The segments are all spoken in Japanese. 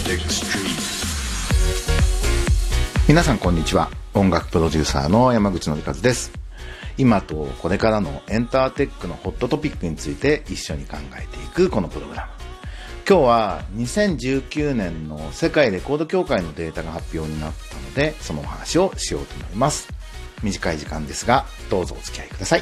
皆さんこんにちは。音楽プロデューサーの山口紀和です。今とこれからのエンターテックのホットトピックについて一緒に考えていくこのプログラム。今日は2019年の世界レコード協会のデータが発表になったので、そのお話をしようと思います。短い時間ですがどうぞお付き合いください。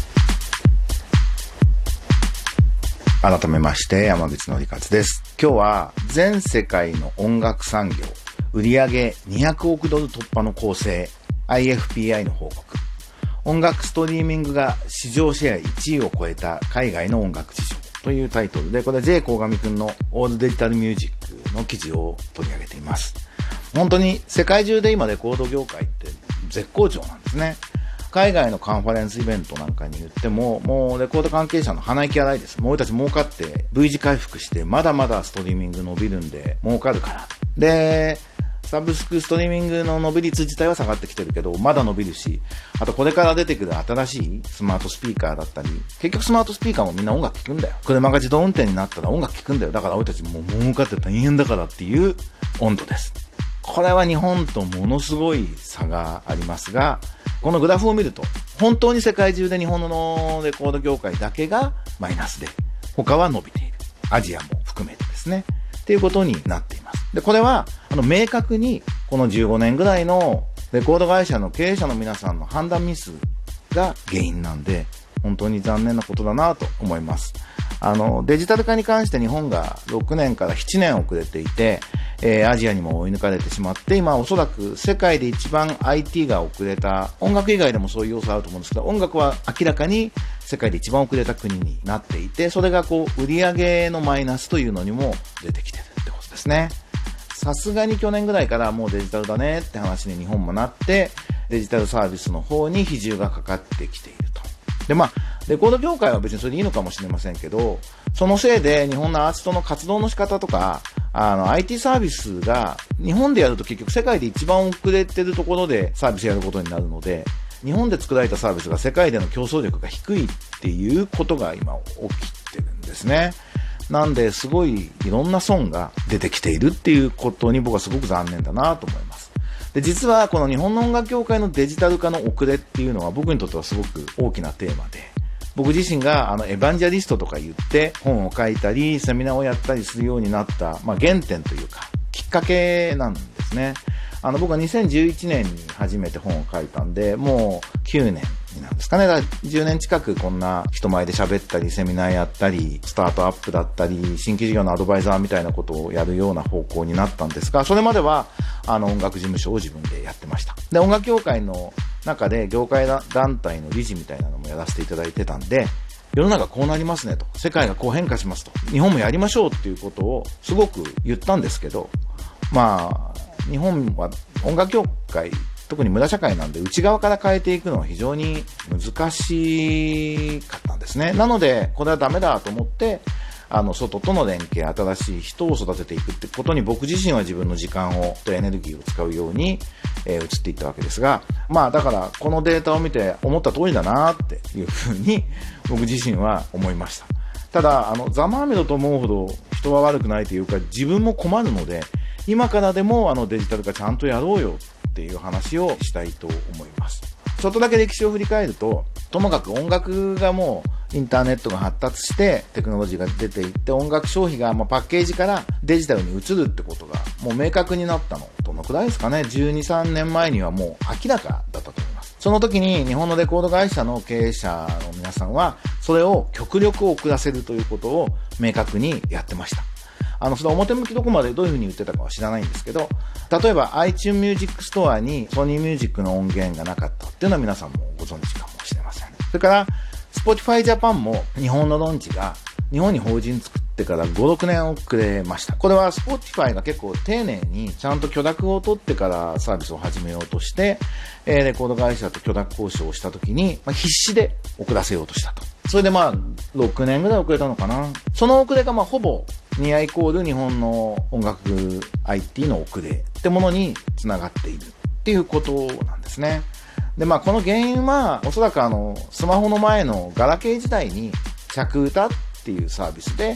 改めまして山口紀和です。今日は全世界の音楽産業売上200億ドル突破の構成 IFPI の報告、音楽ストリーミングが市場シェア1位を超えた海外の音楽市場というタイトルで、これは J 鴻上くんのオールデジタルミュージックの記事を取り上げています。本当に世界中で今レコード業界って絶好調なんですね。海外のカンファレンスイベントなんかに言っても、もうレコード関係者の鼻息荒いです。もう俺たち儲かって V 字回復してまだまだストリーミング伸びるんで儲かるから。で、サブスクストリーミングの伸び率自体は下がってきてるけど、まだ伸びるし、あとこれから出てくる新しいスマートスピーカーだったり、結局スマートスピーカーもみんな音楽聴くんだよ。車が自動運転になったら音楽聴くんだよ。だから俺たちもう儲かって大変だからっていう温度です。これは日本とものすごい差がありますが、このグラフを見ると、本当に世界中で日本のレコード業界だけがマイナスで、他は伸びている。アジアも含めてですね。っていうことになっています。で、これは、明確に、この15年ぐらいのレコード会社の経営者の皆さんの判断ミスが原因なんで、本当に残念なことだなと思います。デジタル化に関して日本が6年から7年遅れていて、アジアにも追い抜かれてしまって、今おそらく世界で一番 IT が遅れた、音楽以外でもそういう要素あると思うんですけど、音楽は明らかに世界で一番遅れた国になっていて、それが売上のマイナスというのにも出てきてるってことですね。さすがに去年ぐらいからもうデジタルだねって話に日本もなって、デジタルサービスの方に比重がかかってきていると。で、レコード業界は別にそれでいいのかもしれませんけど、そのせいで日本のアーティストの活動の仕方とか、IT サービスが日本でやると結局世界で一番遅れてるところでサービスやることになるので、日本で作られたサービスが世界での競争力が低いっていうことが今起きてるんですね。なんですごいいろんな損が出てきているっていうことに僕はすごく残念だなと思います。で、実はこの日本の音楽業界のデジタル化の遅れっていうのは僕にとってはすごく大きなテーマで、僕自身がエヴァンジャリストとか言って本を書いたりセミナーをやったりするようになった、原点というかきっかけなんですね。僕は2011年に初めて本を書いたんで、もう9年になるんですかね。だから10年近くこんな人前で喋ったり、セミナーやったり、スタートアップだったり、新規事業のアドバイザーみたいなことをやるような方向になったんですが、それまでは音楽事務所を自分でやってました。で、音楽業界の中で業界団体の理事みたいなのもやらせていただいてたんで、世の中こうなりますねと、世界がこう変化しますと、日本もやりましょうっていうことをすごく言ったんですけど、日本は音楽業界、特に無駄社会なんで内側から変えていくのは非常に難しかったんですね。なのでこれはダメだと思って、外との連携、新しい人を育てていくってことに僕自身は自分の時間とエネルギーを使うように、移っていったわけですが、だからこのデータを見て思った通りだなっていうふうに僕自身は思いました。ただざまあみろと思うほど人は悪くないというか、自分も困るので、今からでもデジタル化ちゃんとやろうよっていう話をしたいと思います。ちょっとだけ歴史を振り返ると、ともかく音楽がもうインターネットが発達してテクノロジーが出ていって、音楽消費がパッケージからデジタルに移るってことがもう明確になったのどのくらいですかね。12、3年前にはもう明らかだったと思います。その時に日本のレコード会社の経営者の皆さんはそれを極力遅らせるということを明確にやってました。それは表向きどこまでどういうふうに言ってたかは知らないんですけど、例えば iTunes Music Store に Sony Music の音源がなかったっていうのは皆さんもご存知かもしれません。それから Spotify Japan も日本のローンチが日本に法人作ってから5、6年遅れました。これは Spotify が結構丁寧にちゃんと許諾を取ってからサービスを始めようとして、レコード会社と許諾交渉をした時に、必死で遅らせようとしたと。それで6年ぐらい遅れたのかな。その遅れがほぼニアイコール日本の音楽 IT の遅れってものにつながっているっていうことなんですね。で、この原因はおそらくスマホの前のガラケー時代に着歌っていうサービスで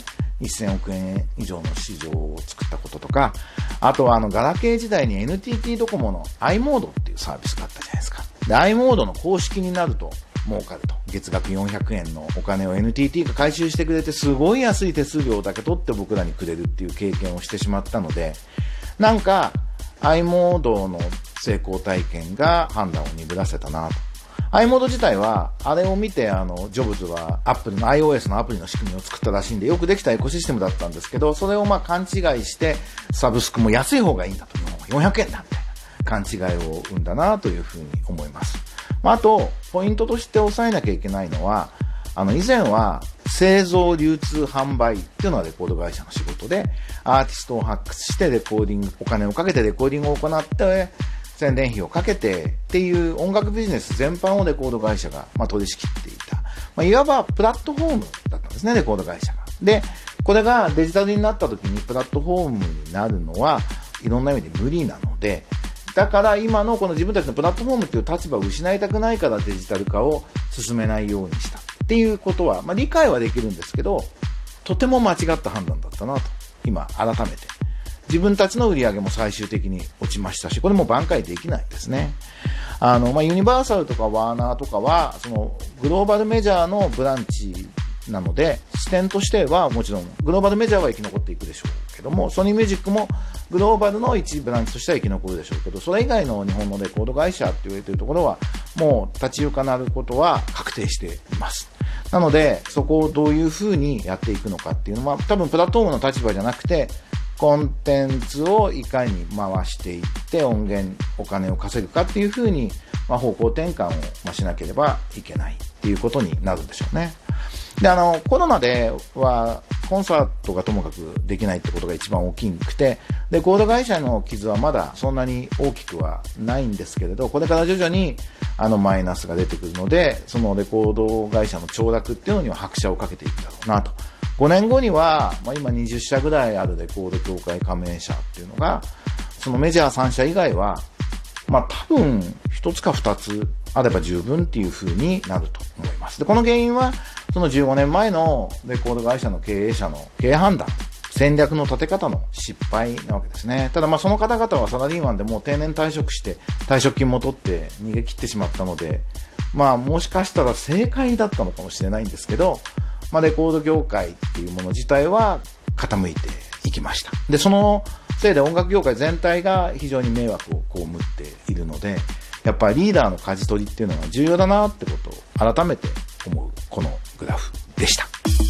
1000億円以上の市場を作ったこととか、あとはガラケー時代に NTT ドコモの i モードっていうサービスがあったじゃないですか。で、i モードの公式になると儲かると。月額400円のお金を NTT が回収してくれて、すごい安い手数料だけ取って僕らにくれるっていう経験をしてしまったので、なんか i モードの成功体験が判断を鈍らせたなと。i モード自体は、あれを見て、ジョブズは Apple の iOS のアプリの仕組みを作ったらしいんで、よくできたエコシステムだったんですけど、それを勘違いして、サブスクも安い方がいいんだと。400円だみたいな勘違いを生んだなというふうに思います。あと、ポイントとして押さえなきゃいけないのは、以前は製造、流通、販売っていうのはレコード会社の仕事で、アーティストを発掘してレコーディング、お金をかけてレコーディングを行って、宣伝費をかけてっていう音楽ビジネス全般をレコード会社が取り仕切っていた。いわばプラットフォームだったんですね、レコード会社が。で、これがデジタルになった時にプラットフォームになるのはいろんな意味で無理なので、だから今のこの自分たちのプラットフォームっていう立場を失いたくないからデジタル化を進めないようにしたっていうことは、理解はできるんですけど、とても間違った判断だったなと、今改めて。自分たちの売り上げも最終的に落ちましたし、これも挽回できないですね。ユニバーサルとかワーナーとかは、そのグローバルメジャーのブランチなので、視点としてはもちろんグローバルメジャーは生き残っていくでしょうけども、ソニーミュージックもグローバルの一ブランチとしては生き残るでしょうけど、それ以外の日本のレコード会社って言われているところは、もう立ち行かなることは確定しています。なので、そこをどういうふうにやっていくのかっていうのは、多分プラットフォームの立場じゃなくて、コンテンツをいかに回していって音源、お金を稼ぐかっていうふうに、方向転換をしなければいけないっていうことになるんでしょうね。で、コロナではコンサートがともかくできないってことが一番大きくて、レコード会社の傷はまだそんなに大きくはないんですけれど、これから徐々にマイナスが出てくるので、そのレコード会社の凋落っていうのには拍車をかけていくだろうなと。5年後には、今20社ぐらいあるレコード協会加盟社っていうのが、そのメジャー3社以外は、多分1つか2つあれば十分っていう風になると思います。で、この原因は、その15年前のレコード会社の経営者の経営判断、戦略の立て方の失敗なわけですね。ただその方々はサラリーマンでもう定年退職して退職金も取って逃げ切ってしまったので、もしかしたら正解だったのかもしれないんですけど、レコード業界っていうもの自体は傾いていきました。で、そのせいで音楽業界全体が非常に迷惑を被っているので、やっぱりリーダーの舵取りっていうのは重要だなってことを改めて思うこのグラフでした。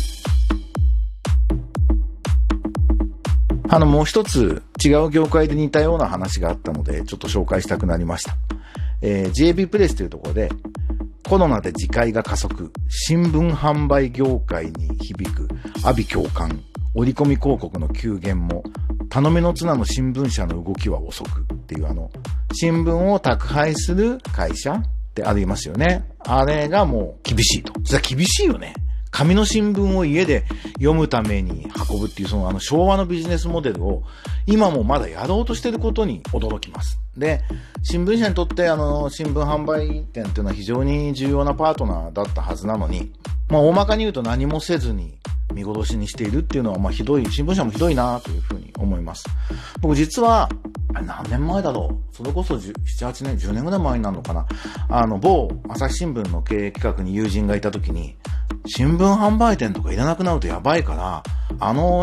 もう一つ違う業界で似たような話があったのでちょっと紹介したくなりました。JB プレスというところでコロナで自戒が加速、新聞販売業界に響く阿鼻共感、折り込み広告の急減も、頼みの綱の新聞社の動きは遅くっていう新聞を宅配する会社ってありますよね。あれがもう厳しいと。それは厳しいよね。紙の新聞を家で読むために運ぶっていう昭和のビジネスモデルを今もまだやろうとしていることに驚きます。で、新聞社にとって新聞販売店っていうのは非常に重要なパートナーだったはずなのに、大まかに言うと何もせずに見殺しにしているっていうのはひどい、新聞社もひどいなというふうに思います。僕実は何年前だろう、それこそ7、8年、10年ぐらい前になるのかな、某朝日新聞の経営企画に友人がいた時に、新聞販売店とかいらなくなるとやばいから、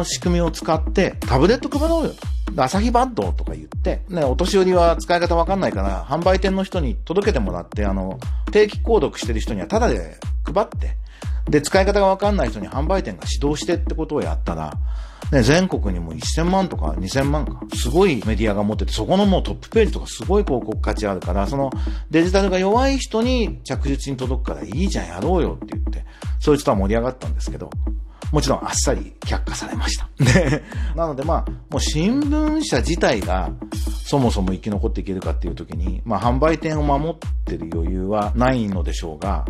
仕組みを使ってタブレット配ろうよと。朝日バッドとか言って、お年寄りは使い方わかんないから、販売店の人に届けてもらって、定期購読してる人にはタダで配って、で、使い方がわかんない人に販売店が指導してってことをやったら、全国にも1000万とか2000万か、すごいメディアが持ってて、そこのもうトップページとかすごい広告価値あるから、そのデジタルが弱い人に着実に届くからいいじゃんやろうよって言って、そいつとは盛り上がったんですけど、もちろんあっさり却下されました。で、なのでもう新聞社自体がそもそも生き残っていけるかっていう時に、販売店を守ってる余裕はないのでしょうが、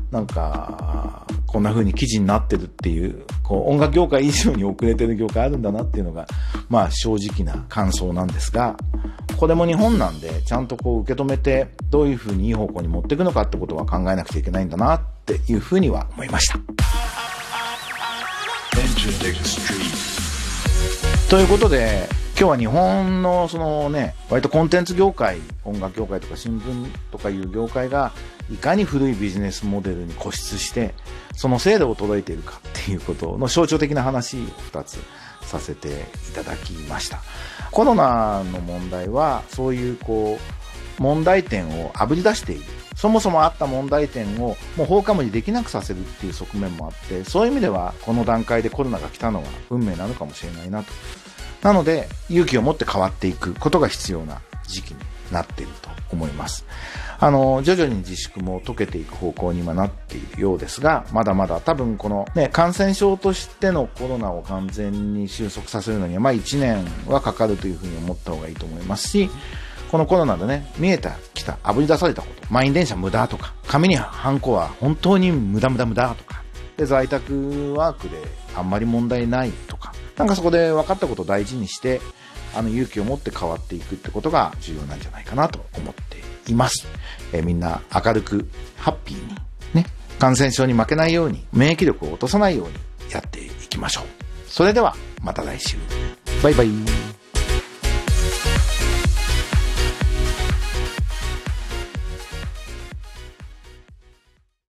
こんな風に記事になってるっていう、音楽業界以上に遅れてる業界あるんだなっていうのが、正直な感想なんですが、これも日本なんで、ちゃんと受け止めて、どういう風にいい方向に持っていくのかってことは考えなくちゃいけないんだなっていう風には思いました。 ということで、今日は日本のそのね、割とコンテンツ業界、音楽業界とか新聞とかいう業界がいかに古いビジネスモデルに固執して、そのせいで衰えているかっていうことの象徴的な話を2つさせていただきました。コロナの問題はそういう問題点をあぶり出している。そもそもあった問題点をもう放課後にできなくさせるっていう側面もあって、そういう意味ではこの段階でコロナが来たのは運命なのかもしれないなと。なので勇気を持って変わっていくことが必要な時期になっていると思います。徐々に自粛も解けていく方向に今なっているようですが、まだまだ多分このね、感染症としてのコロナを完全に収束させるのには1年はかかるというふうに思った方がいいと思いますし、このコロナでね、見えた、きた、あぶり出されたこと、満員電車無駄とか、紙にハンコは本当に無駄とか、で、在宅ワークであんまり問題ないとか、なんかそこで分かったことを大事にして、勇気を持って変わっていくってことが重要なんじゃないかなと思っています。みんな明るく、ハッピーに、ね、感染症に負けないように、免疫力を落とさないようにやっていきましょう。それでは、また来週。バイバイ。